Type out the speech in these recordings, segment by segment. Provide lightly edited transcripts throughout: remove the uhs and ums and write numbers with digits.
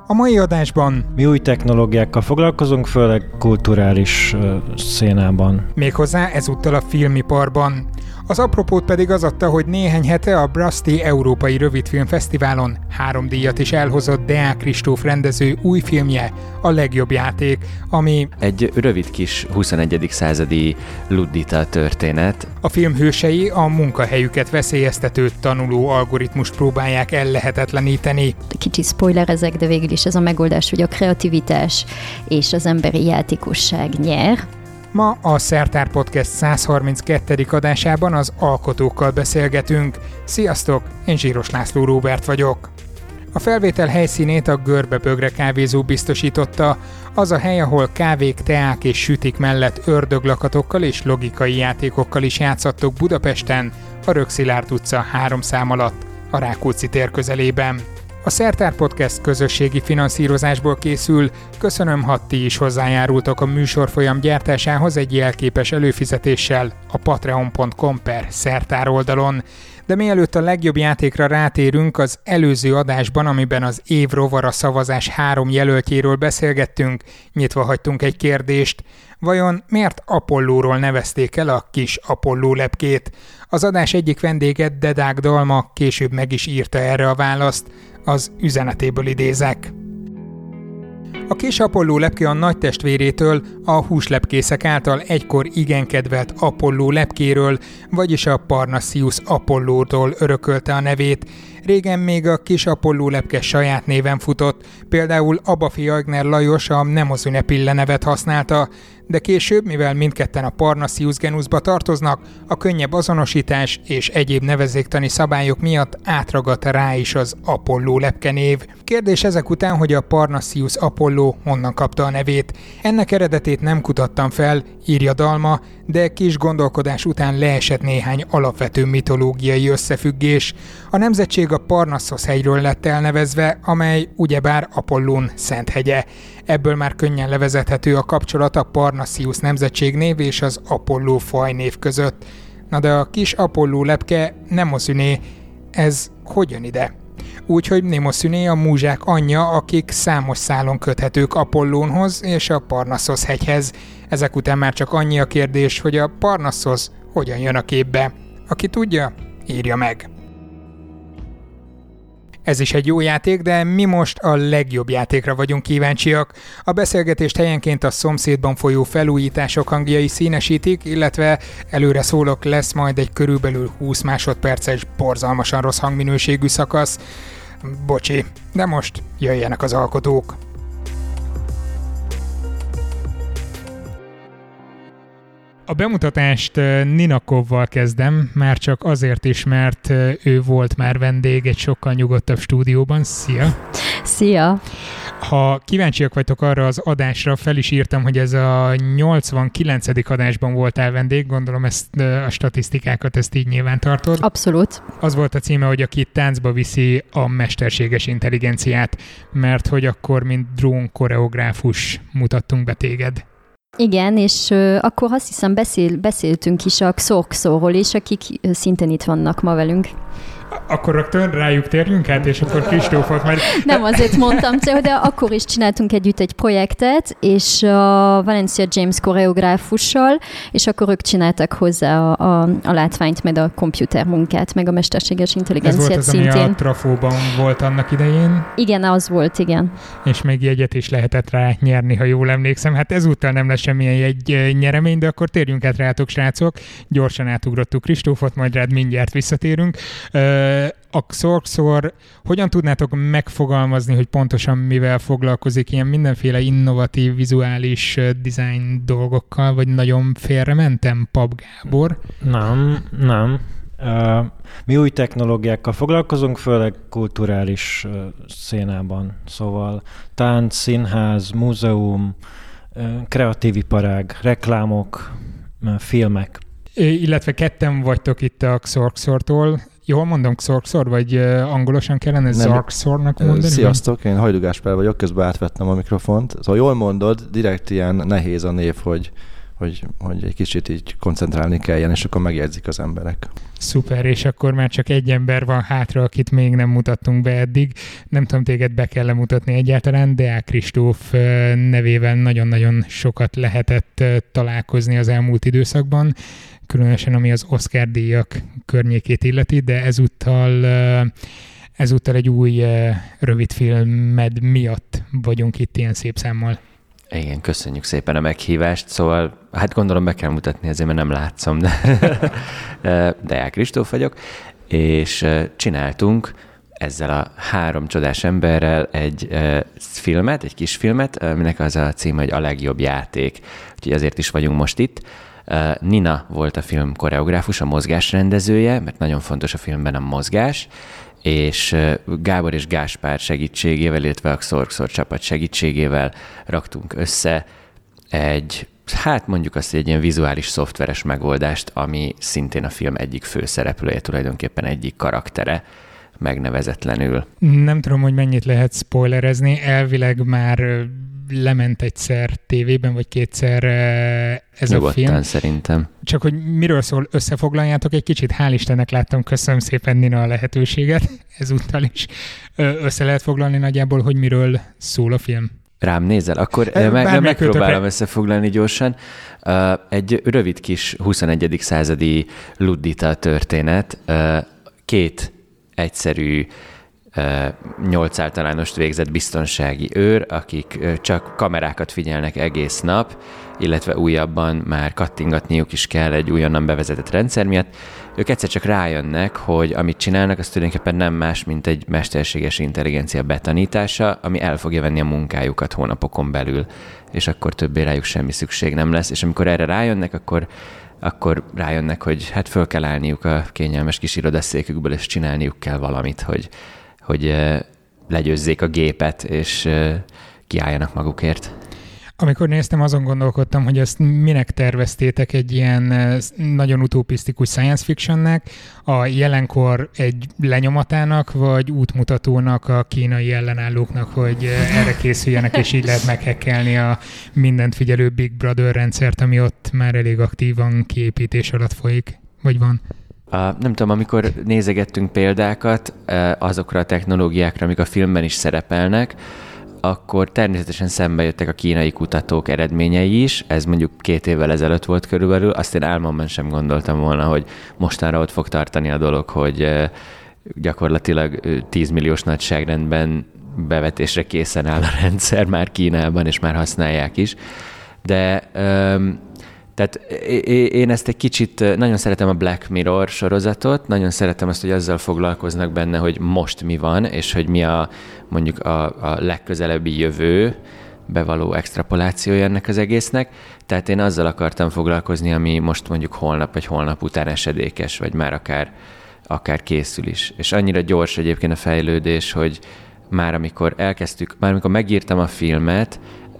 A mai adásban mi új technológiákkal foglalkozunk, főleg kulturális szénában. Méghozzá ezúttal a filmiparban. Az apropót pedig az adta, hogy néhány hete a Braszti Európai Rövidfilmfesztiválon 3 díjat is elhozott Deák Kristóf rendező új filmje, A legjobb játék, ami egy rövid kis 21. századi luddita történet. A film hősei a munkahelyüket veszélyeztető tanuló algoritmust próbálják ellehetetleníteni. Kicsit spoilerezek, de végül is ez a megoldás, hogy a kreativitás és az emberi játékosság nyer. Ma a Szertár Podcast 132. adásában az alkotókkal beszélgetünk. Sziasztok, én Zsíros László Róbert vagyok. A felvétel helyszínét a Görbe-Bögre kávézó biztosította, az a hely, ahol kávék, teák és sütik mellett ördöglakatokkal és logikai játékokkal is játszottok Budapesten, a Rökszilárd utca 3 szám alatt, a Rákóczi tér közelében. A Szertár Podcast közösségi finanszírozásból készül, köszönöm, ha ti is hozzájárultok a műsorfolyam gyártásához egy jelképes előfizetéssel a patreon.com/szertár oldalon. De mielőtt a legjobb játékra rátérünk, az előző adásban, amiben az év rovara szavazás 3 jelöltjéről beszélgettünk, nyitva hagytunk egy kérdést. Vajon miért Apollóról nevezték el a kis Apolló lepkét? Az adás egyik vendége, Dedák Dalma később meg is írta erre a választ, az üzenetéből idézek. A kis Apolló lepke a nagy testvérétől, a húslepkészek által egykor igen kedvelt Apolló lepkéről, vagyis a Parnassus Apollótól örökölte a nevét. Régen még a kis Apolló lepke saját néven futott, például Abafi Aigner Lajos a Mnemosyne Pille nevet használta, de később, mivel mindketten a Parnassus genuszba tartoznak, a könnyebb azonosítás és egyéb nevezéktani szabályok miatt átragadt rá is az Apolló lepke név. Kérdés ezek után, hogy a Parnassus Apolló honnan kapta a nevét. Ennek eredetét nem kutattam fel, írja Dalma, de kis gondolkodás után leesett néhány alapvető mitológiai összefüggés. A nemzetség a Parnassos hegyről lett elnevezve, amely ugyebár Apollón szent hegye. Ebből már könnyen levezethető a kapcsolat a Parnassus nemzetségnév és az Apolló fajnév között. Na de a kis Apolló lepke Mnemosyne, ez hogy jön ide? Úgyhogy Mnemosyne a múzsák anyja, akik számos szálon köthetők Apollónhoz és a Parnassos hegyhez. Ezek után már csak annyi a kérdés, hogy a Parnassos hogyan jön a képbe. Aki tudja, írja meg. Ez is egy jó játék, de mi most a legjobb játékra vagyunk kíváncsiak. A beszélgetést helyenként a szomszédban folyó felújítások hangjai színesítik, illetve előre szólok, lesz majd egy körülbelül 20 másodperces, borzalmasan rossz hangminőségű szakasz. Bocsi, de most jöjjenek az alkotók. A bemutatást Ninakovval kezdem, már csak azért is, mert ő volt már vendég egy sokkal nyugodtabb stúdióban. Szia! Szia! Ha kíváncsiak vagytok arra az adásra, fel is írtam, hogy ez a 89. adásban voltál vendég, gondolom ezt a statisztikákat ezt így nyilván tartod. Abszolút. Az volt a címe, hogy aki táncba viszi a mesterséges intelligenciát, mert hogy akkor mint drón koreográfus mutattunk be téged. Igen, és akkor azt hiszem beszéltünk is a Xorxorról is, akik szintén itt vannak ma velünk. Akkor rögtön rájuk térjünk át, és akkor Kristófot majd... Nem azért mondtam, de akkor is csináltunk együtt egy projektet, és a Valencia James koreográfussal, és akkor ők csináltak hozzá a látványt, meg a komputermunkát, meg a mesterséges intelligenciát szintén. Ez volt az, ami a Trafóban volt annak idején? Igen, az volt, igen. És még jegyet is lehetett rá nyerni, ha jól emlékszem. Hát ezúttal nem lesz semmilyen jegy nyeremény, de akkor térjünk át rátok, srácok. Gyorsan átugrottuk Kristófot, majd rád mindjárt visszatérünk. A Xorxor, hogyan tudnátok megfogalmazni, hogy pontosan mivel foglalkozik, ilyen mindenféle innovatív, vizuális design dolgokkal, vagy nagyon félrementem, Pap Gábor? Nem. Mi új technológiákkal foglalkozunk, főleg kulturális szénában. Szóval tánc, színház, múzeum, kreatív iparág, reklámok, filmek. Illetve ketten vagytok itt a Xorxortól. Jól mondom Xorxor, vagy angolosan kellene Xorxornak mondani? Sziasztok, én Hajdú Gáspár vagyok, közben átvettem a mikrofont. Szóval jól mondod, direkt ilyen nehéz a név, hogy hogy egy kicsit így koncentrálni kelljen, és akkor megjegyzik az emberek. Szuper, és akkor már csak egy ember van hátra, akit még nem mutattunk be eddig. Nem tudom, téged be kell mutatni egyáltalán, Deák Kristóf nevével nagyon-nagyon sokat lehetett találkozni az elmúlt időszakban, különösen ami az Oscar-díjak környékét illeti, de ezúttal egy új rövidfilmed miatt vagyunk itt ilyen szép számmal. Igen, köszönjük szépen a meghívást, szóval hát gondolom be kell mutatni, ezért mert nem látszom, de Deák Kristóf vagyok, és csináltunk ezzel a 3 csodás emberrel egy filmet, egy kis filmet, aminek az a címe, hogy A legjobb játék. Úgyhogy azért is vagyunk most itt. Nina volt a film koreográfus, a mozgásrendezője, mert nagyon fontos a filmben a mozgás, és Gábor és Gáspár segítségével, illetve a Xorxor csapat segítségével raktunk össze mondjuk azt, egy ilyen vizuális szoftveres megoldást, ami szintén a film egyik főszereplője, tulajdonképpen egyik karaktere, megnevezetlenül. Nem tudom, hogy mennyit lehet spoilerezni, elvileg már lement egyszer tévében, vagy 2-szer ez nyugodtan, a film. Szerintem. Csak hogy miről szól, összefoglaljátok egy kicsit, hál' Istennek láttam, köszönöm szépen Nina a lehetőséget, ezúttal is. Össze lehet foglalni nagyjából, hogy miről szól a film? Rám nézel? Akkor megpróbálom összefoglalni gyorsan. Egy rövid kis 21. századi luddita történet, 2 egyszerű 8 általánost végzett biztonsági őr, akik csak kamerákat figyelnek egész nap, illetve újabban már kattingatniuk is kell egy újonnan bevezetett rendszer miatt. Ők egyszer csak rájönnek, hogy amit csinálnak, az tulajdonképpen nem más, mint egy mesterséges intelligencia betanítása, ami el fogja venni a munkájukat hónapokon belül, és akkor többé rájuk semmi szükség nem lesz. És amikor erre rájönnek, akkor rájönnek, hogy hát föl kell állniuk a kényelmes kis irodaszékükből, és csinálniuk kell valamit, hogy legyőzzék a gépet, és kiálljanak magukért. Amikor néztem, azon gondolkodtam, hogy ezt minek terveztétek egy ilyen nagyon utopisztikus science fictionnek, a jelenkor egy lenyomatának, vagy útmutatónak a kínai ellenállóknak, hogy erre készüljenek, és így lehet meghekkelni a mindent figyelő Big Brother rendszert, ami ott már elég aktívan kiépítés alatt folyik, vagy van? Nem tudom, amikor nézegettünk példákat azokra a technológiákra, amik a filmben is szerepelnek, akkor természetesen szembe jöttek a kínai kutatók eredményei is, ez mondjuk 2 évvel ezelőtt volt körülbelül, azt én álmomban sem gondoltam volna, hogy mostanra ott fog tartani a dolog, hogy gyakorlatilag 10 milliós nagyságrendben bevetésre készen áll a rendszer már Kínában, és már használják is. De tehát én ezt egy kicsit, nagyon szeretem a Black Mirror sorozatot, nagyon szeretem azt, hogy azzal foglalkoznak benne, hogy most mi van, és hogy mi mondjuk a legközelebbi jövő bevaló extrapolációja ennek az egésznek. Tehát én azzal akartam foglalkozni, ami most mondjuk holnap vagy holnap után esedékes, vagy már akár készül is. És annyira gyors egyébként a fejlődés, hogy már amikor megírtam a filmet,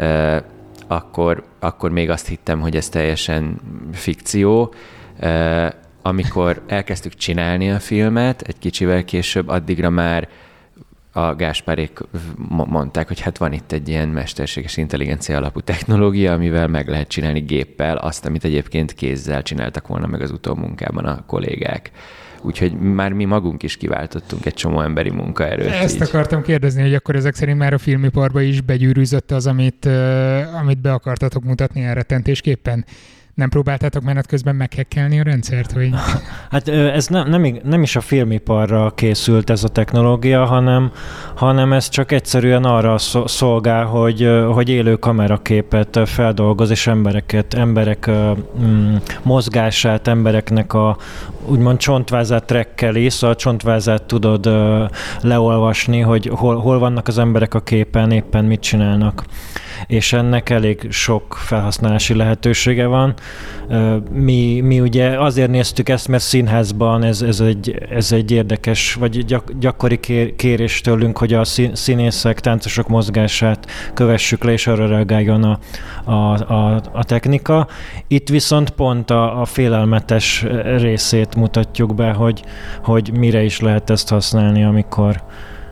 akkor még azt hittem, hogy ez teljesen fikció. Amikor elkezdtük csinálni a filmet, egy kicsivel később, addigra már a Gáspárék mondták, hogy hát van itt egy ilyen mesterséges intelligencia alapú technológia, amivel meg lehet csinálni géppel azt, amit egyébként kézzel csináltak volna meg az utómunkában a kollégák. Úgyhogy már mi magunk is kiváltottunk egy csomó emberi munkaerőt. Ezt akartam kérdezni, hogy akkor ezek szerint már a filmiparba is begyűrűzött az, amit be akartatok mutatni elrettentésképpen? Nem próbáltátok menet közben meghekkelni a rendszert? Hogy... Hát ez nem is a filmiparra készült ez a technológia, hanem ez csak egyszerűen arra szolgál, hogy élő kameraképet feldolgoz, és emberek mozgását, embereknek a úgymond csontvázát trekkeli, szóval a csontvázát tudod leolvasni, hogy hol vannak az emberek a képen, éppen mit csinálnak. És ennek elég sok felhasználási lehetősége van. Mi ugye azért néztük ezt, mert színházban ez egy érdekes, vagy gyakori kérés tőlünk, hogy a színészek, táncosok mozgását kövessük le, és arra reagáljon a technika. Itt viszont pont a félelmetes részét mutatjuk be, hogy mire is lehet ezt használni,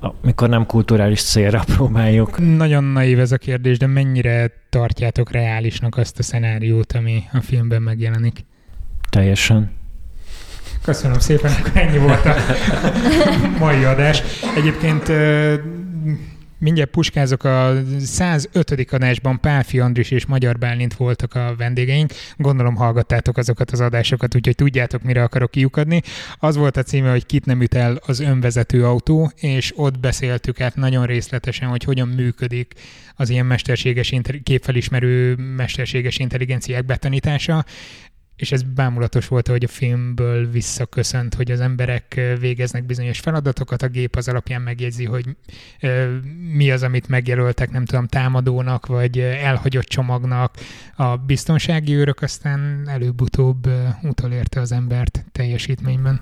amikor nem kulturális célra próbáljuk. Nagyon naív ez a kérdés, de mennyire tartjátok reálisnak azt a szenáriót, ami a filmben megjelenik? Teljesen. Köszönöm szépen, akkor ennyi volt a mai adás. Egyébként mindjárt puskázok, a 105. adásban Pálfi Andris és Magyar Bálint voltak a vendégeink. Gondolom hallgattátok azokat az adásokat, úgyhogy tudjátok, mire akarok kiukadni. Az volt a címe, hogy kit nem üt el az önvezető autó, és ott beszéltük át nagyon részletesen, hogy hogyan működik az ilyen képfelismerő mesterséges intelligenciák betanítása. És ez bámulatos volt, hogy a filmből visszaköszönt, hogy az emberek végeznek bizonyos feladatokat, a gép az alapján megjegyzi, hogy mi az, amit megjelöltek, nem tudom, támadónak, vagy elhagyott csomagnak. A biztonsági őrök aztán előbb-utóbb utolérte az embert teljesítményben.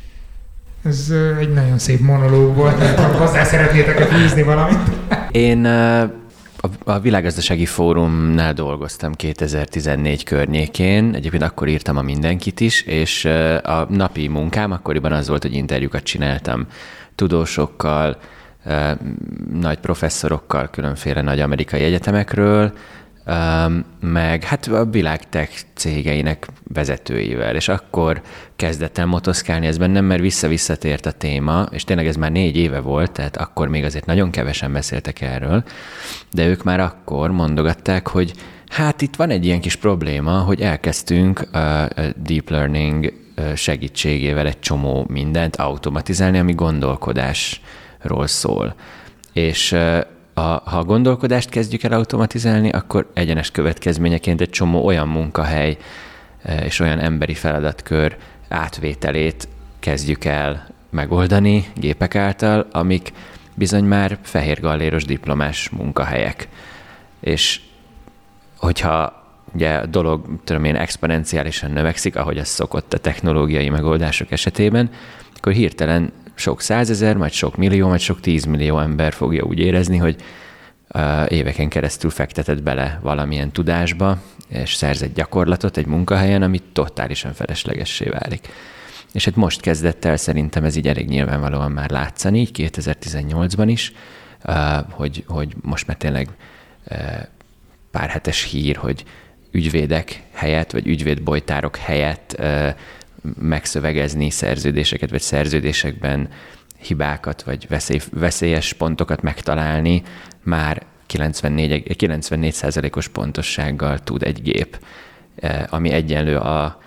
Ez egy nagyon szép monológ volt, ha hozzá szeretnétek fűzni valamit. Én a Világgazdasági Fórumnál dolgoztam 2014 környékén, egyébként akkor írtam a Mindenkit is, és a napi munkám akkoriban az volt, hogy interjúkat csináltam tudósokkal, nagy professzorokkal, különféle nagy amerikai egyetemekről, meg hát a világ tech cégeinek vezetőivel, és akkor kezdett el motoszkálni ez bennem, mert visszatért a téma, és tényleg ez már 4 éve volt, tehát akkor még azért nagyon kevesen beszéltek erről, de ők már akkor mondogatták, hogy hát itt van egy ilyen kis probléma, hogy elkezdtünk a deep learning segítségével egy csomó mindent automatizálni, ami gondolkodásról szól. És ha a gondolkodást kezdjük el automatizálni, akkor egyenes következményeként egy csomó olyan munkahely és olyan emberi feladatkör átvételét kezdjük el megoldani gépek által, amik bizony már fehérgalléros diplomás munkahelyek. És hogyha ugye a dolog, tudom én, exponenciálisan növekszik, ahogy az szokott a technológiai megoldások esetében, akkor hirtelen sok 100 000, majd sok millió, majd sok 10 millió ember fogja úgy érezni, hogy éveken keresztül fektetett bele valamilyen tudásba, és szerzett gyakorlatot egy munkahelyen, ami totálisan feleslegessé válik. És hát most kezdett el szerintem ez így elég nyilvánvalóan már látszani, így 2018-ban is, hogy most már tényleg pár hetes hír, hogy ügyvédek helyett, vagy ügyvédbojtárok helyett megszövegezni szerződéseket, vagy szerződésekben hibákat, vagy veszélyes pontokat megtalálni, már 94%-os pontossággal tud egy gép, ami egyenlő a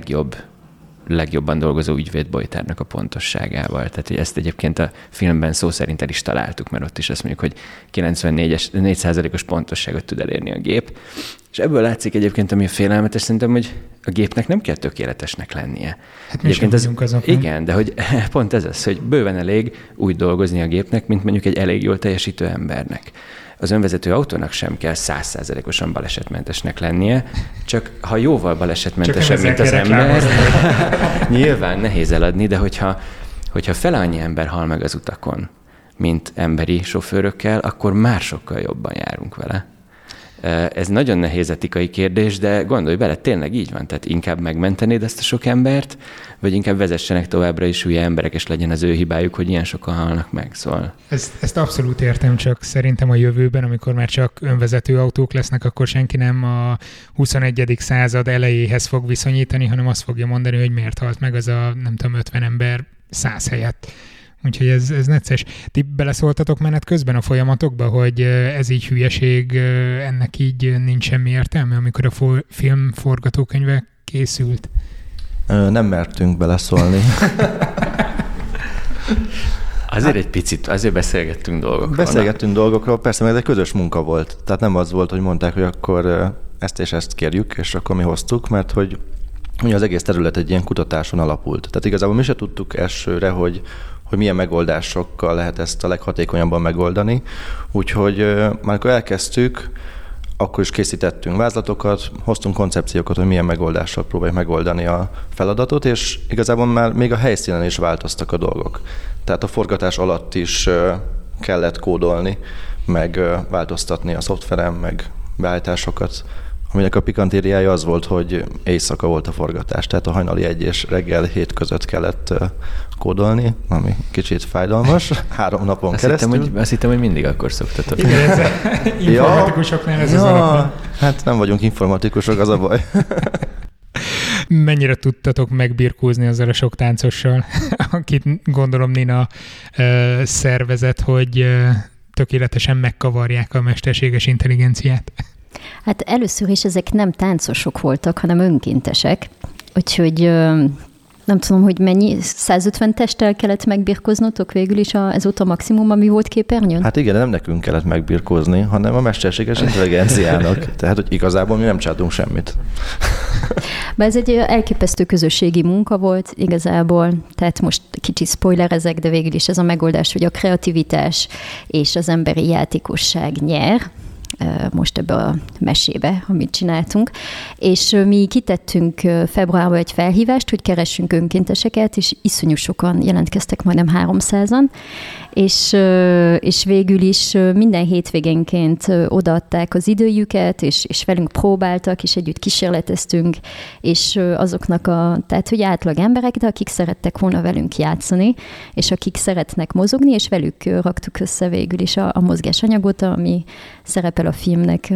legjobban dolgozó ügyvédbojtárnak a pontosságával. Tehát, hogy ezt egyébként a filmben szó szerint el is találtuk, mert ott is azt mondjuk, hogy 94%-os pontosságot tud elérni a gép. És ebből látszik egyébként, ami félelmetes, szerintem, hogy a gépnek nem kell tökéletesnek lennie. Hát mi sem vagyunk azok. Igen, de hogy pont ez az, hogy bőven elég úgy dolgozni a gépnek, mint mondjuk egy elég jól teljesítő embernek. Az önvezető autónak sem kell 100%-osan balesetmentesnek lennie, csak ha jóval balesetmentesebb, mint az ember, nyilván nehéz eladni, de hogyha fele annyi ember hal meg az utakon, mint emberi sofőrökkel, akkor már sokkal jobban járunk vele. Ez nagyon nehéz etikai kérdés, de gondolj bele, tényleg így van. Tehát inkább megmentenéd ezt a sok embert, vagy inkább vezessenek továbbra is hülye emberek, és legyen az ő hibájuk, hogy ilyen sokan halnak meg. Szóval... Ezt abszolút értem, csak szerintem a jövőben, amikor már csak önvezető autók lesznek, akkor senki nem a 21. század elejéhez fog viszonyítani, hanem azt fogja mondani, hogy miért halt meg az a, nem tudom, 50 ember 100 helyett. Úgyhogy ez necces. Ti beleszóltatok menet közben a folyamatokba, hogy ez így hülyeség, ennek így nincs semmi értelme, amikor a film forgatókönyve készült? Nem mertünk beleszólni. Azért egy picit, azért beszélgettünk dolgokról. Beszélgettünk dolgokról, persze, mert ez egy közös munka volt. Tehát nem az volt, hogy mondták, hogy akkor ezt és ezt kérjük, és akkor mi hoztuk, mert hogy az egész terület egy ilyen kutatáson alapult. Tehát igazából mi se tudtuk elsőre, hogy milyen megoldásokkal lehet ezt a leghatékonyabban megoldani. Úgyhogy már amikor elkezdtük, akkor is készítettünk vázlatokat, hoztunk koncepciókat, hogy milyen megoldással próbáljuk megoldani a feladatot, és igazából már még a helyszínen is változtak a dolgok. Tehát a forgatás alatt is kellett kódolni, meg változtatni a szoftveren, meg beállításokat aminek a pikantériája az volt, hogy éjszaka volt a forgatás, tehát a hajnali 1 és reggel 7 között kellett kódolni, ami kicsit fájdalmas, 3 napon keresztül. Azt hittem, hogy mindig akkor szoktatok. Igen, ez informatikusoknál ez az alap. Hát nem vagyunk informatikusok, az a baj. Mennyire tudtatok megbirkózni azzal a sok táncossal, akit gondolom Nina szervezett, hogy tökéletesen megkavarják a mesterséges intelligenciát? Hát először is ezek nem táncosok voltak, hanem önkéntesek. Úgyhogy nem tudom, hogy mennyi, 150 testtel kellett megbirkóznotok végül is ezóta maximum, ami volt képernyőn? Hát igen, nem nekünk kellett megbirkózni, hanem a mesterséges intelligenciának. Tehát, hogy igazából mi nem csináltunk semmit. Ez egy elképesztő közösségi munka volt igazából, tehát most kicsit spoilerezek, de végül is ez a megoldás, hogy a kreativitás és az emberi játékosság nyer, most ebbe a mesébe, amit csináltunk. És mi kitettünk februárban egy felhívást, hogy keressünk önkénteseket, és iszonyú sokan jelentkeztek, majdnem 300-an, és végül is minden hétvégénként odaadták az időjüket, és velünk próbáltak, és együtt kísérleteztünk, és azoknak tehát hogy átlag emberek, de akik szerettek volna velünk játszani, és akik szeretnek mozogni, és velük raktuk össze végül is a mozgásanyagot, ami szerepel a filmnek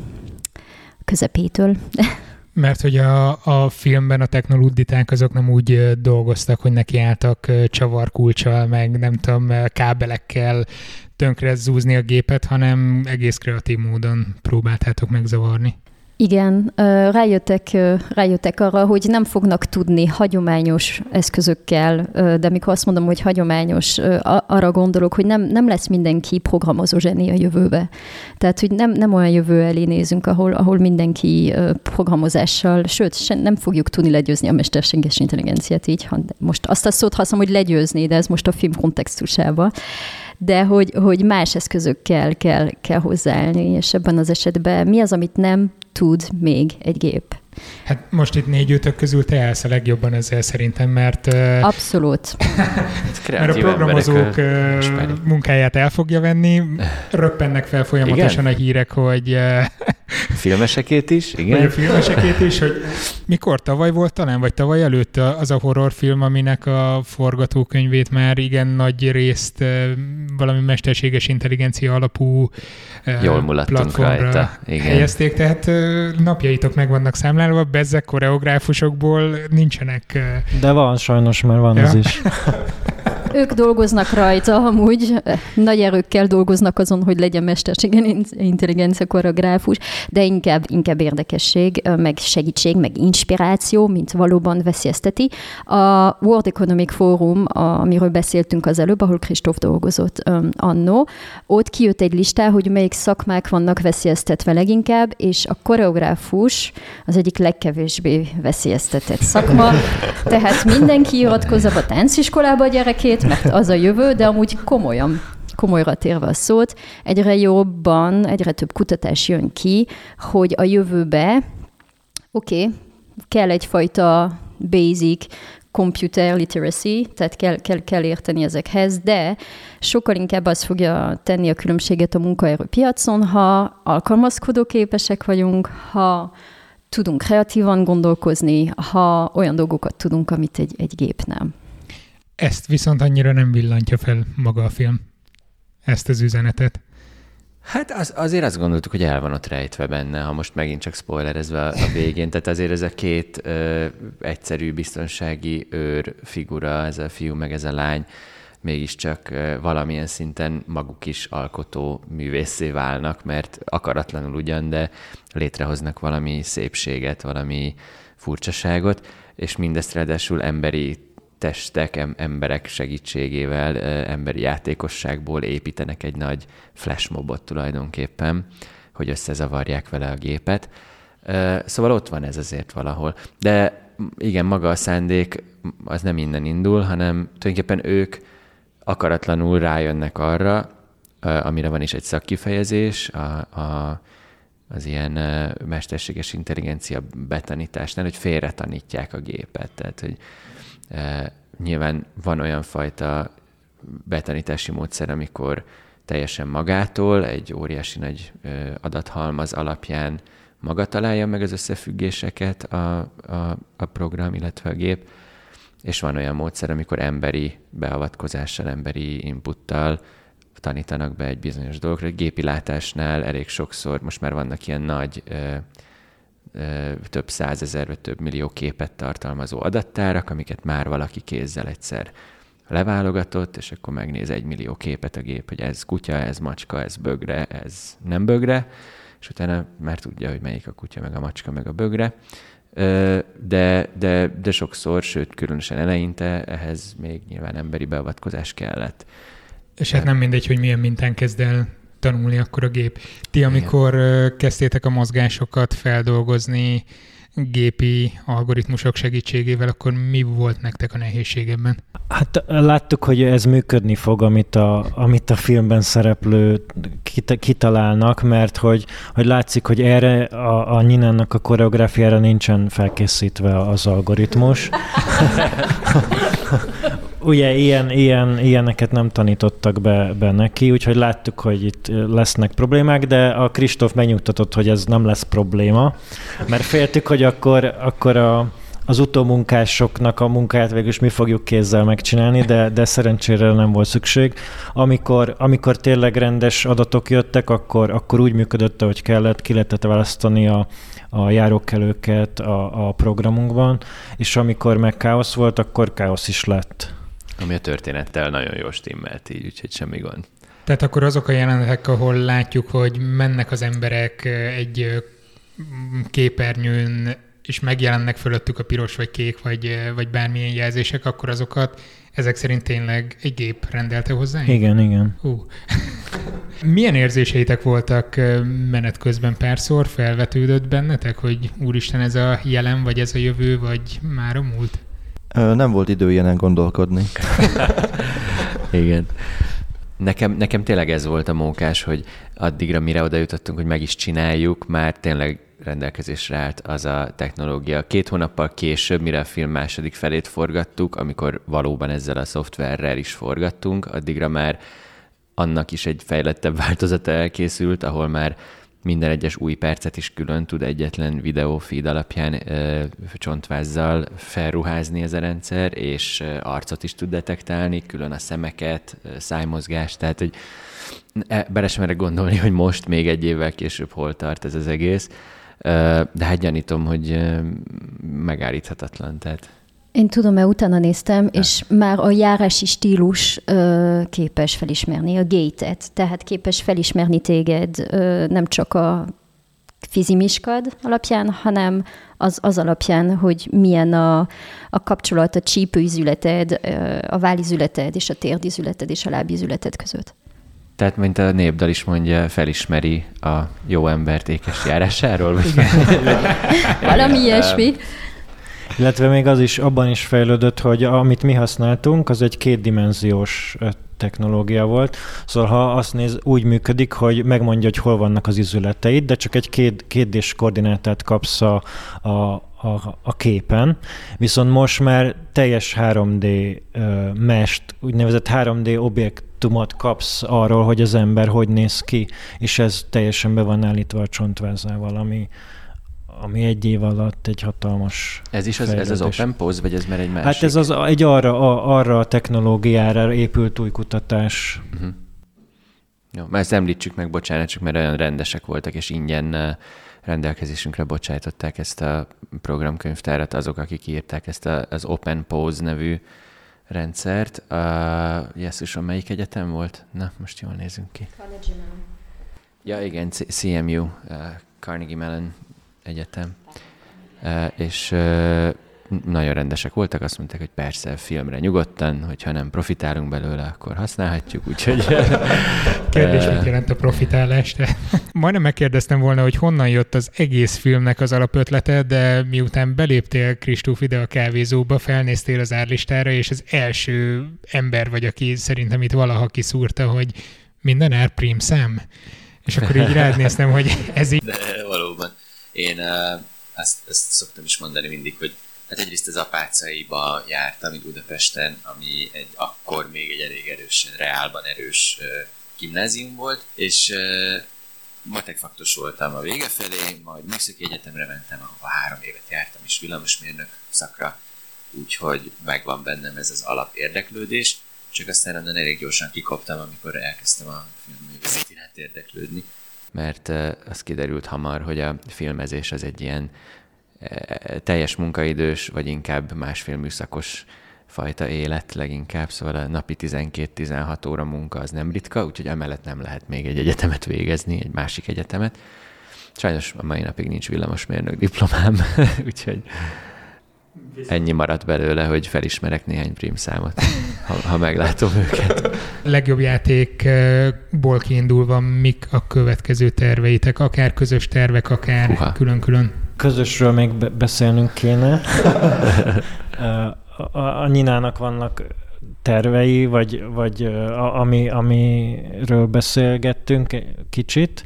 közepétől. Mert hogy a filmben a technológiák azok nem úgy dolgoztak, hogy nekiálltak csavarkulccsal, meg nem tudom, kábelekkel tönkre zúzni a gépet, hanem egész kreatív módon próbáltátok megzavarni. Igen, rájöttek arra, hogy nem fognak tudni hagyományos eszközökkel, de mikor azt mondom, hogy hagyományos, arra gondolok, hogy nem lesz mindenki programozó zseni a jövőbe. Tehát, hogy nem olyan jövő elé nézünk, ahol mindenki programozással, sőt, nem fogjuk tudni legyőzni a mesterséges intelligenciát így. Most azt a szót használom, hogy legyőzni, de ez most a film kontextusában. De hogy más eszközökkel kell hozzáállni, és ebben az esetben mi az, amit nem tud még egy gép? Hát most itt 4 közül te állsz a legjobban ezzel szerintem, mert... Abszolút. Mert a programozók munkáját el fogja venni, röppennek fel folyamatosan a hírek, hogy... Filmesekét is, igen. Vagy a filmesekét is, hogy mikor tavaly volt talán, vagy tavaly előtt az a horrorfilm, aminek a forgatókönyvét már igen nagy részt valami mesterséges intelligencia alapú platformra helyezték, tehát napjaitok meg vannak számlálva, bezzeg koreográfusokból nincsenek. De van sajnos, mert van az is. Ők dolgoznak rajta, amúgy nagy erőkkel dolgoznak azon, hogy legyen mesterséges intelligencia koreográfus, de inkább érdekesség, meg segítség, meg inspiráció, mint valóban veszélyezteti. A World Economic Forum, amiről beszéltünk az előbb, ahol Kristóf dolgozott annó, ott kijött egy listá, hogy melyik szakmák vannak veszélyeztetve leginkább, és a koreográfus az egyik legkevésbé veszélyeztetett szakma, tehát mindenki iratkozza a tánciskolába a gyerekét, mert az a jövő, de amúgy komolyra térve a szót, egyre több kutatás jön ki, hogy a jövőbe, kell egyfajta basic computer literacy, tehát kell érteni ezekhez, de sokkal inkább az fogja tenni a különbséget a munkaerőpiacon, ha alkalmazkodó képesek vagyunk, ha tudunk kreatívan gondolkozni, ha olyan dolgokat tudunk, amit egy gép nem. Ezt viszont annyira nem villantja fel maga a film, ezt az üzenetet. Hát azért azt gondoltuk, hogy el van ott rejtve benne, ha most megint csak spoilerezve a végén. Tehát azért ez a két egyszerű biztonsági őr figura, ez a fiú meg ez a lány, mégiscsak valamilyen szinten maguk is alkotó művészé válnak, mert akaratlanul ugyan, de létrehoznak valami szépséget, valami furcsaságot, és mindezt ráadásul emberi testek, emberek segítségével, emberi játékosságból építenek egy nagy flashmobot tulajdonképpen, hogy összezavarják vele a gépet. Szóval ott van ez azért valahol. De igen, maga a szándék az nem innen indul, hanem tulajdonképpen ők akaratlanul rájönnek arra, amire van is egy szakkifejezés, az ilyen mesterséges intelligencia betanításnál, hogy félretanítják a gépet. Tehát, hogy nyilván van olyan fajta betanítási módszer, amikor teljesen magától egy óriási nagy adathalmaz alapján maga találja meg az összefüggéseket a program, illetve a gép, és van olyan módszer, amikor emberi beavatkozással, emberi inputtal tanítanak be egy bizonyos dolgokra. Gépi látásnál elég sokszor, most már vannak ilyen nagy, több százezer vagy több millió képet tartalmazó adattárak, amiket már valaki kézzel egyszer leválogatott, és akkor megnéz 1 millió képet a gép, hogy ez kutya, ez macska, ez bögre, ez nem bögre, és utána már tudja, hogy melyik a kutya, meg a macska, meg a bögre. De sokszor, sőt, különösen eleinte ehhez még nyilván emberi beavatkozás kellett. És hát nem mindegy, hogy milyen mintán kezd el tanulni akkor a gép. Ti, amikor kezdtétek a mozgásokat feldolgozni gépi algoritmusok segítségével, akkor mi volt nektek a nehézség ebben? Hát láttuk, hogy ez működni fog, amit a filmben szereplő kitalálnak, mert hogy látszik, hogy erre a Ninennek a koreográfiára nincsen felkészítve az algoritmus. Ugye ilyeneket nem tanítottak be neki, úgyhogy láttuk, hogy itt lesznek problémák, de a Kristóf megnyugtatott, hogy ez nem lesz probléma, mert féltük, hogy akkor az utómunkásoknak a munkáját végül is mi fogjuk kézzel megcsinálni, de szerencsére nem volt szükség. Amikor tényleg rendes adatok jöttek, akkor úgy működött, ahogy kellett, ki lehetett választani a járókelőket a programunkban, és amikor meg káosz volt, akkor káosz is lett. Ami a történettel nagyon jól stimmelt így, úgyhogy semmi gond. Tehát akkor azok a jelenetek, ahol látjuk, hogy mennek az emberek egy képernyőn, és megjelennek fölöttük a piros vagy kék, vagy bármilyen jelzések, akkor azokat ezek szerint tényleg egy gép rendelte hozzá? Igen. Milyen érzéseitek voltak menet közben párszor? Felvetődött bennetek, hogy úristen, ez a jelen, vagy ez a jövő, vagy már a múlt? Nem volt idő ilyenen gondolkodni. Igen. Nekem tényleg ez volt a mókás, hogy addigra, mire oda jutottunk, hogy meg is csináljuk, már tényleg rendelkezésre állt az a technológia. 2 hónappal később, mire a film második felét forgattuk, amikor valóban ezzel a szoftverrel is forgattunk, addigra már annak is egy fejlettebb változata elkészült, ahol már minden egyes új percet is külön tud egyetlen videófeed alapján csontvázzal felruházni ez a rendszer, és arcot is tud detektálni, külön a szemeket, szájmozgást, tehát hogy bele sem merek gondolni, hogy most még 1 évvel később hol tart ez az egész, de hát gyanítom, hogy megállíthatatlan, tehát... Én tudom, mert utána néztem, és már a járási stílus képes felismerni, a gait-et, tehát képes felismerni téged nem csak a fizimiskad alapján, hanem az alapján, hogy milyen a kapcsolat a csípőizületed, a vállizületed, és a térdizületed, és a lábizületed között. Tehát, mint a népdal is mondja, felismeri a jó embert ékes járásáról? Vagy? Valami ilyesmi. Illetve még az is, abban is fejlődött, hogy amit mi használtunk, az egy 2-dimenziós technológia volt. Szóval ha azt néz, úgy működik, hogy megmondja, hogy hol vannak az izületeid, de csak egy 2D-s koordinátát kapsz a képen. Viszont most már teljes 3D mesh-t, úgynevezett 3D objektumot kapsz arról, hogy az ember hogy néz ki, és ez teljesen be van állítva a csontvázzával, ami 1 év alatt egy hatalmas ez az Open Pose, vagy ez már egy másik? Hát ez egy arra a technológiára épült új kutatás. Uh-huh. Jó, már ezt említsük meg, bocsánat, csak mert olyan rendesek voltak, és ingyen rendelkezésünkre bocsájtották ezt a programkönyvtárat azok, akik írták ezt az Open Pose nevű rendszert. Jesszuson, melyik egyetem volt? Na, most jól nézünk ki. Carnegie Mellon. Ja, igen, CMU, Carnegie Mellon egyetem. És nagyon rendesek voltak, azt mondták, hogy persze filmre nyugodtan, hogyha nem profitálunk belőle, akkor használhatjuk, úgyhogy... Kérdés, mit jelent a profitálás? Majdnem megkérdeztem volna, hogy honnan jött az egész filmnek az alapötlete, de miután beléptél, Kristóf, ide a kávézóba, felnéztél az árlistára, és az első ember vagy, aki szerintem itt valaha kiszúrta, hogy minden ár prímszám. És akkor így rád néztem, hogy ez így... De valóban. Én ezt szoktam is mondani mindig, hogy hát egyrészt az Apácaiba jártam itt Budapesten, ami akkor még egy elég erősen, reálban erős gimnázium volt, és matekfaktos voltam a vége felé, majd Műszaki Egyetemre mentem, ahova 3 évet jártam is villamosmérnök szakra, úgyhogy megvan bennem ez az alap érdeklődés, csak aztán onnan elég gyorsan kikoptam, amikor elkezdtem a filmművészet iránt érdeklődni. Mert az kiderült hamar, hogy a filmezés az egy ilyen teljes munkaidős, vagy inkább 1,5 műszakos fajta élet leginkább, szóval a napi 12-16 óra munka az nem ritka, úgyhogy emellett nem lehet még egy egyetemet végezni, egy másik egyetemet. Sajnos a mai napig nincs villamosmérnök diplomám, úgyhogy ennyi maradt belőle, hogy felismerek néhány prímszámot, ha meglátom őket. Legjobb játékból kiindulva mik a következő terveitek? Akár közös tervek, akár külön-külön? Közösről még beszélnünk kéne. A Ninának vannak tervei, vagy amiről beszélgettünk kicsit.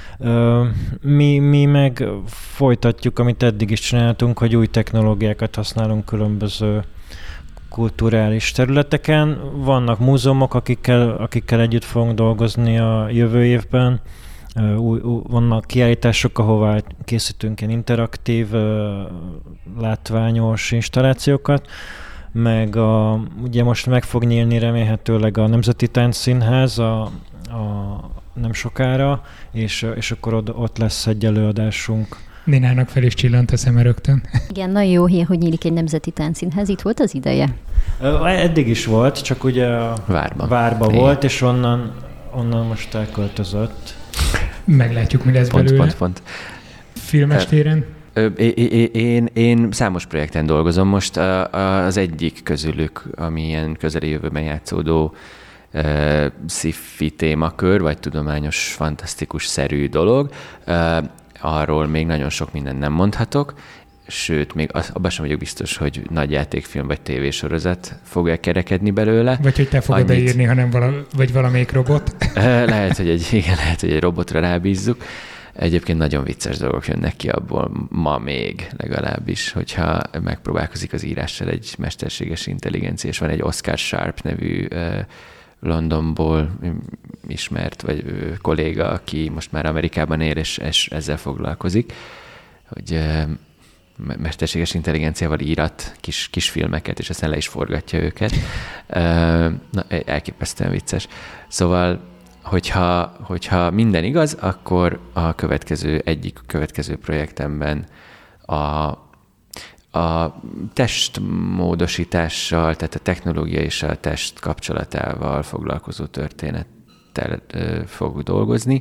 Mi meg folytatjuk, amit eddig is csináltunk, hogy új technológiákat használunk különböző kulturális területeken. Vannak múzeumok, akikkel együtt fogunk dolgozni a jövő évben. Vannak kiállítások, ahová készítünk ilyen interaktív, látványos installációkat, meg ugye most meg fog nyílni remélhetőleg a Nemzeti Táncszínház nem sokára, és akkor ott lesz egy előadásunk. Ninának fel is csillant a szeme rögtön. Igen, nagyon jó hír, hogy nyílik egy Nemzeti Táncszínház. Itt volt az ideje? Eddig is volt, csak ugye a Várba volt, és onnan most elköltözött. Meglátjuk, mi lesz belőle. Pont. Filmes téren? Én számos projekten dolgozom most. Az egyik közülük, ami ilyen közeli jövőben játszódó sci-fi témakör, vagy tudományos, fantasztikus-szerű dolog. Arról még nagyon sok mindent nem mondhatok, sőt, még abban sem vagyok biztos, hogy nagy játékfilm vagy tévésorozat fog elkerekedni belőle. Vagy hogy te fogod írni, hanem vagy valamelyik robot. Lehet, hogy egy robotra rábízzuk. Egyébként nagyon vicces dolgok jönnek ki abból ma még legalábbis, hogyha megpróbálkozik az írással egy mesterséges intelligencia, és van egy Oscar Sharp nevű Londonból ismert vagy kolléga, aki most már Amerikában él, és ezzel foglalkozik, hogy mesterséges intelligenciával írat kis filmeket, és aztán le is forgatja őket. Elképesztően vicces. Szóval, hogyha minden igaz, akkor egyik következő projektemben a testmódosítással, tehát a technológia és a test kapcsolatával foglalkozó történettel fog dolgozni.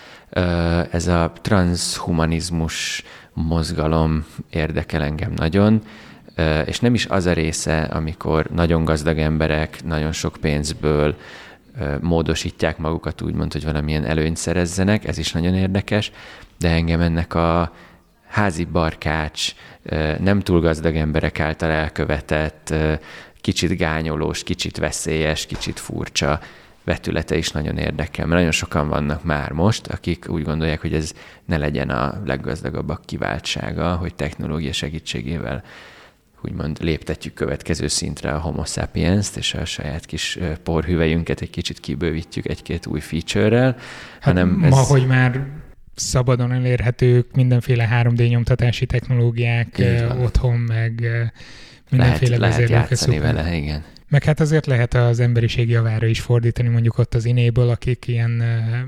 Ez a transhumanizmus mozgalom érdekel engem nagyon, és nem is az a része, amikor nagyon gazdag emberek nagyon sok pénzből módosítják magukat úgymond, hogy valamilyen előnyt szerezzenek, ez is nagyon érdekes, de engem ennek a házi barkács, nem túl gazdag emberek által elkövetett, kicsit gányolós, kicsit veszélyes, kicsit furcsa vetülete is nagyon érdekel, mert nagyon sokan vannak már most, akik úgy gondolják, hogy ez ne legyen a leggazdagabbak kiváltsága, hogy technológia segítségével úgymond léptetjük következő szintre a homo sapiens-t, és a saját kis porhüvelyünket egy kicsit kibővítjük egy-két új feature-rel. Hogy már szabadon elérhetők mindenféle 3D nyomtatási technológiák otthon, meg mindenféle lehet játszani vele, igen. Meg hát azért lehet az emberiség javára is fordítani, mondjuk ott az Inéből, akik ilyen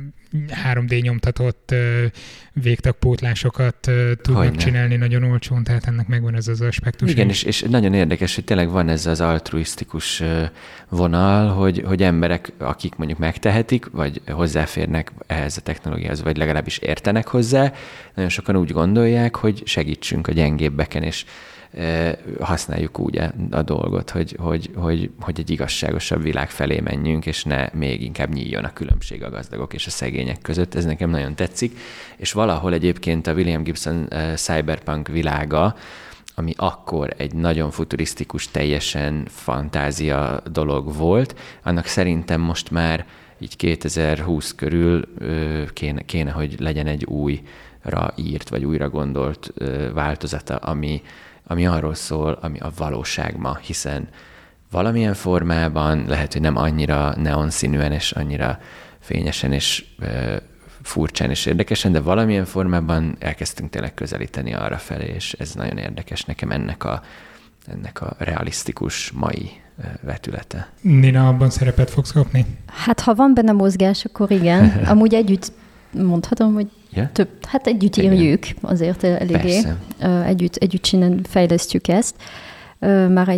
3D nyomtatott végtagpótlásokat tudnak csinálni nagyon olcsón, tehát ennek megvan ez az aspektus. Igen, és nagyon érdekes, hogy tényleg van ez az altruisztikus vonal, hogy emberek, akik mondjuk megtehetik, vagy hozzáférnek ehhez a technológiához, vagy legalábbis értenek hozzá, nagyon sokan úgy gondolják, hogy segítsünk a gyengébbeken, és használjuk úgy a dolgot, hogy egy igazságosabb világ felé menjünk, és ne még inkább nyíljon a különbség a gazdagok és a szegények között. Ez nekem nagyon tetszik, és valahol egyébként a William Gibson cyberpunk világa, ami akkor egy nagyon futurisztikus, teljesen fantázia dolog volt, annak szerintem most már így 2020 körül kéne, hogy legyen egy újra írt, vagy újra gondolt változata, ami arról szól, ami a valóság ma, hiszen valamilyen formában lehet, hogy nem annyira neonszínűen és annyira fényesen és furcsán és érdekesen, de valamilyen formában elkezdtünk tényleg közelíteni arra felé, és ez nagyon érdekes nekem ennek a realisztikus mai vetülete. Nina, abban szerepet fogsz kapni? Hát ha van benne mozgás, akkor igen. Amúgy együtt mondhatom, hogy több, hát együtt írjuk azért eléggé. Együtt fejlesztjük ezt. Már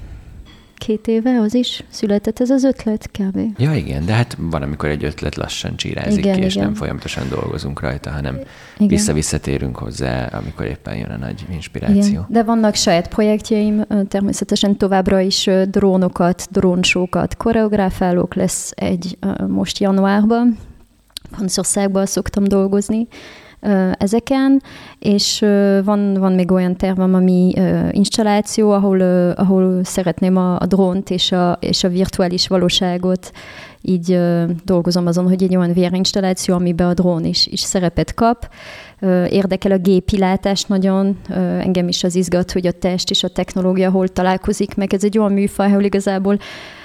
2 éve az is született ez az ötlet kb. Ja, igen, de hát van, amikor egy ötlet lassan csírázik ki, és nem folyamatosan dolgozunk rajta, hanem visszatérünk hozzá, amikor éppen jön a nagy inspiráció. Igen. De vannak saját projektjeim, természetesen továbbra is drónokat, drónsókat koreográfálok, lesz egy most januárban. Franciaországban szoktam dolgozni ezeken, és van még olyan tervem, ami installáció, ahol szeretném a drónt és a virtuális valóságot, így dolgozom azon, hogy egy olyan VR installáció, amiben a drón is szerepet kap. Érdekel a gépilátás nagyon, engem is az izgat, hogy a test és a technológia hol találkozik, meg ez egy olyan műfaj, ahol igazából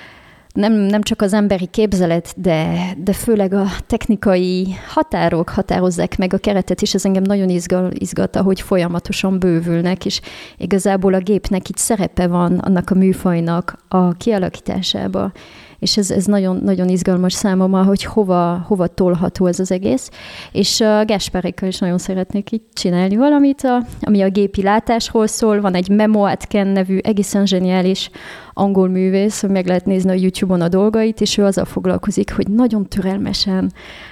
nem csak az emberi képzelet, de főleg a technikai határok határozzák meg a keretet, és ez engem nagyon izgat, ahogy folyamatosan bővülnek, és igazából a gépnek itt szerepe van annak a műfajnak a kialakításába. És ez nagyon, nagyon izgalmas számomra, hogy hova tolható ez az egész. És a Gáspárékkal is nagyon szeretnék így csinálni valamit, ami a gépi látásról szól. Van egy Memo Atken nevű egészen zseniális angol művész, hogy meg lehet nézni a YouTube-on a dolgait, és ő azzal foglalkozik, hogy nagyon türelmesen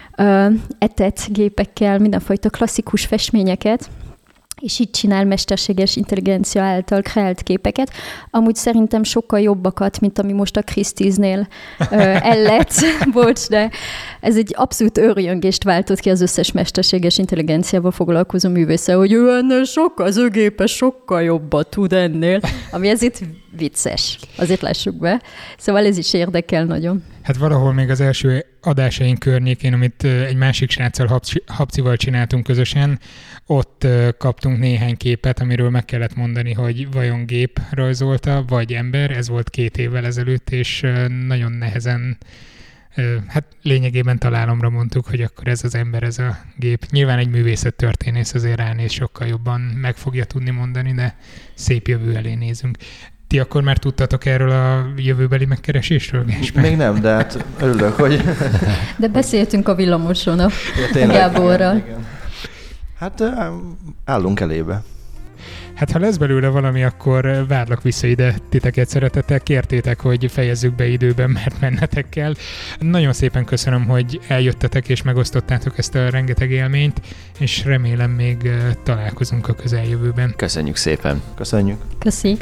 etett gépekkel mindenfajta klasszikus festményeket, és így csinál mesterséges intelligencia által kreált képeket. Amúgy szerintem sokkal jobbakat, mint ami most a Christie's-nél lett. Bocs, de ez egy abszolút őrjöngést váltott ki az összes mesterséges intelligenciával foglalkozó művésze, hogy ő ennél az ő gépe sokkal jobbat tud ennél, ami ezért vicces. Azért lássuk be. Szóval ez is érdekel nagyon. Hát valahol még az első adásaink környékén, amit egy másik sráccal, Habcival csináltunk közösen, ott kaptunk néhány képet, amiről meg kellett mondani, hogy vajon gép rajzolta, vagy ember. Ez volt 2 évvel ezelőtt, és nagyon nehezen, hát lényegében találomra mondtuk, hogy akkor ez az ember, ez a gép. Nyilván egy művészettörténész azért ránéz, sokkal jobban meg fogja tudni mondani, de szép jövő elé nézünk. Ti akkor már tudtatok erről a jövőbeli megkeresésről? Még nem, de hát örülök, hogy... De beszéltünk a villamoson a Gáborral. Igen. Hát állunk elébe. Hát ha lesz belőle valami, akkor várlak vissza ide titeket szeretettel. Kértétek, hogy fejezzük be időben, mert mennetek kell. Nagyon szépen köszönöm, hogy eljöttetek és megosztottátok ezt a rengeteg élményt, és remélem még találkozunk a közeljövőben. Köszönjük szépen. Köszönjük. Köszönjük.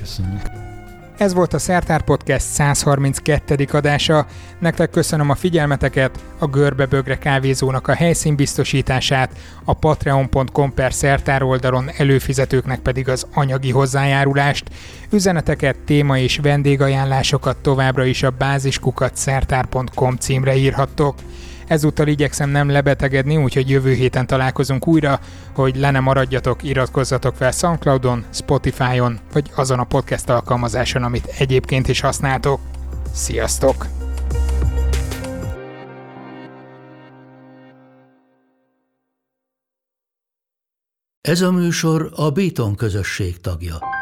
Ez volt a Szertár Podcast 132. adása. Nektek köszönöm a figyelmeteket, a Görbe-Bögre kávézónak a helyszínbiztosítását, a patreon.com/szertár oldalon előfizetőknek pedig az anyagi hozzájárulást. Üzeneteket, téma és vendégajánlásokat továbbra is a báziskukat.szertár.com címre írhattok. Ezúttal igyekszem nem lebetegedni, úgyhogy jövő héten találkozunk újra, hogy le ne maradjatok, iratkozzatok fel SoundCloudon, Spotify-on, vagy azon a podcast alkalmazáson, amit egyébként is használtok. Sziasztok! Ez a műsor a Béton közösség tagja.